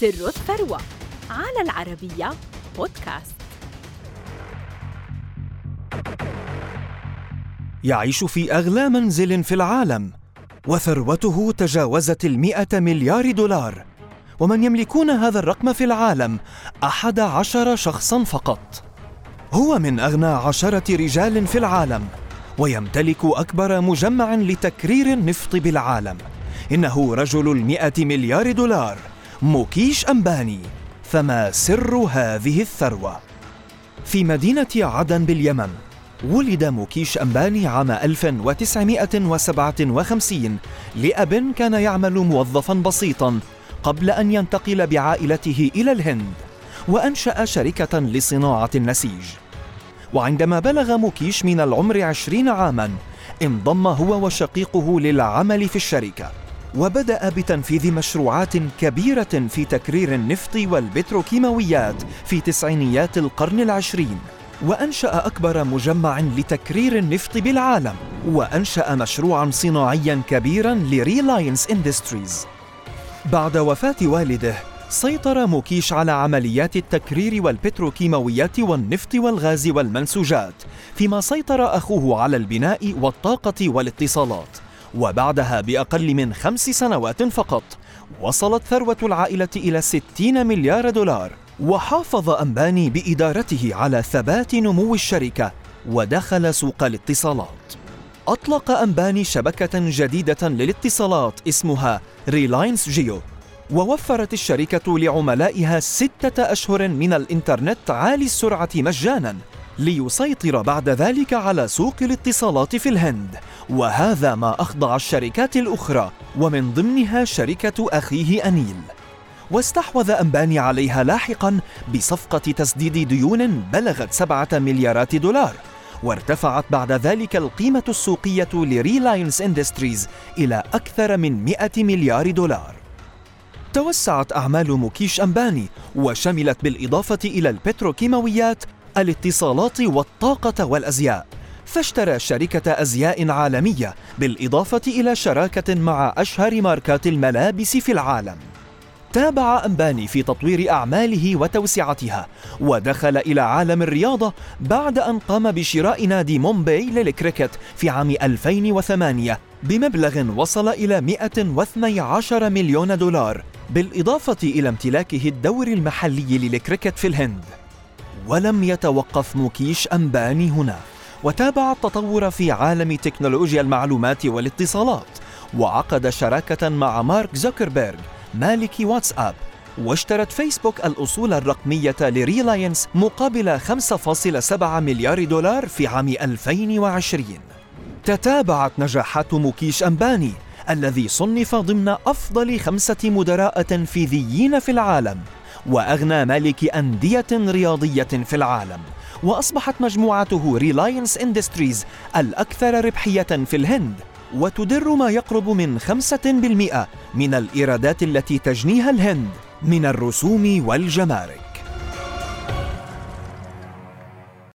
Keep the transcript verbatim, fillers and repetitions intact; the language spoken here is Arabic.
سر الثروة على العربية بودكاست. يعيش في أغلى منزل في العالم، وثروته تجاوزت المئة مليار دولار، ومن يملكون هذا الرقم في العالم أحد عشر شخصاً فقط. هو من أغنى عشرة رجال في العالم، ويمتلك أكبر مجمع لتكرير النفط بالعالم. إنه رجل المئة مليار دولار، موكيش أمباني. فما سر هذه الثروة؟ في مدينة عدن باليمن ولد موكيش أمباني عام ألف وتسعمائة وسبعة وخمسين لأب كان يعمل موظفاً بسيطاً قبل أن ينتقل بعائلته إلى الهند، وأنشأ شركة لصناعة النسيج. وعندما بلغ موكيش من العمر عشرين عاماً انضم هو وشقيقه للعمل في الشركة، وبدأ بتنفيذ مشروعات كبيرة في تكرير النفط والبتروكيماويات في تسعينيات القرن العشرين، وأنشأ أكبر مجمع لتكرير النفط بالعالم، وأنشأ مشروعاً صناعياً كبيراً لريلاينس إندستريز. بعد وفاة والده سيطر موكيش على عمليات التكرير والبتروكيماويات والنفط والغاز والمنسوجات، فيما سيطر أخوه على البناء والطاقة والاتصالات. وبعدها بأقل من خمس سنوات فقط وصلت ثروة العائلة إلى ستين مليار دولار، وحافظ أمباني بإدارته على ثبات نمو الشركة ودخل سوق الاتصالات. أطلق أمباني شبكة جديدة للاتصالات اسمها ريلاينس جيو، ووفرت الشركة لعملائها ستة أشهر من الإنترنت عالي السرعة مجاناً، ليسيطر بعد ذلك على سوق الاتصالات في الهند. وهذا ما أخضع الشركات الأخرى، ومن ضمنها شركة أخيه أنيل، واستحوذ أمباني عليها لاحقاً بصفقة تسديد ديون بلغت سبعة مليارات دولار، وارتفعت بعد ذلك القيمة السوقية لريلاينس إندستريز إلى أكثر من مئة مليار دولار. توسعت أعمال موكيش أمباني، وشملت بالإضافة إلى البتروكيماويات الاتصالات والطاقة والأزياء، فاشترى شركة أزياء عالمية بالإضافة إلى شراكة مع أشهر ماركات الملابس في العالم. تابع أمباني في تطوير أعماله وتوسعتها، ودخل إلى عالم الرياضة بعد أن قام بشراء نادي مومباي للكريكت في عام ألفين وثمانية بمبلغ وصل إلى مئة واثني عشر مليون دولار، بالإضافة إلى امتلاكه الدوري المحلي للكريكت في الهند. ولم يتوقف موكيش أمباني هنا، وتابع التطور في عالم تكنولوجيا المعلومات والاتصالات، وعقد شراكة مع مارك زوكربيرغ مالك واتساب، واشترت فيسبوك الأصول الرقمية لريلاينس مقابل خمسة فاصلة سبعة مليار دولار في عام ألفين وعشرين. تتابعت نجاحات موكيش أمباني الذي صنف ضمن أفضل خمسة مدراء تنفيذيين في العالم، وأغنى مالك أندية رياضية في العالم، وأصبحت مجموعته ريلاينس إندستريز الأكثر ربحية في الهند، وتدر ما يقرب من خمسة بالمئة من الإيرادات التي تجنيها الهند من الرسوم والجمارك.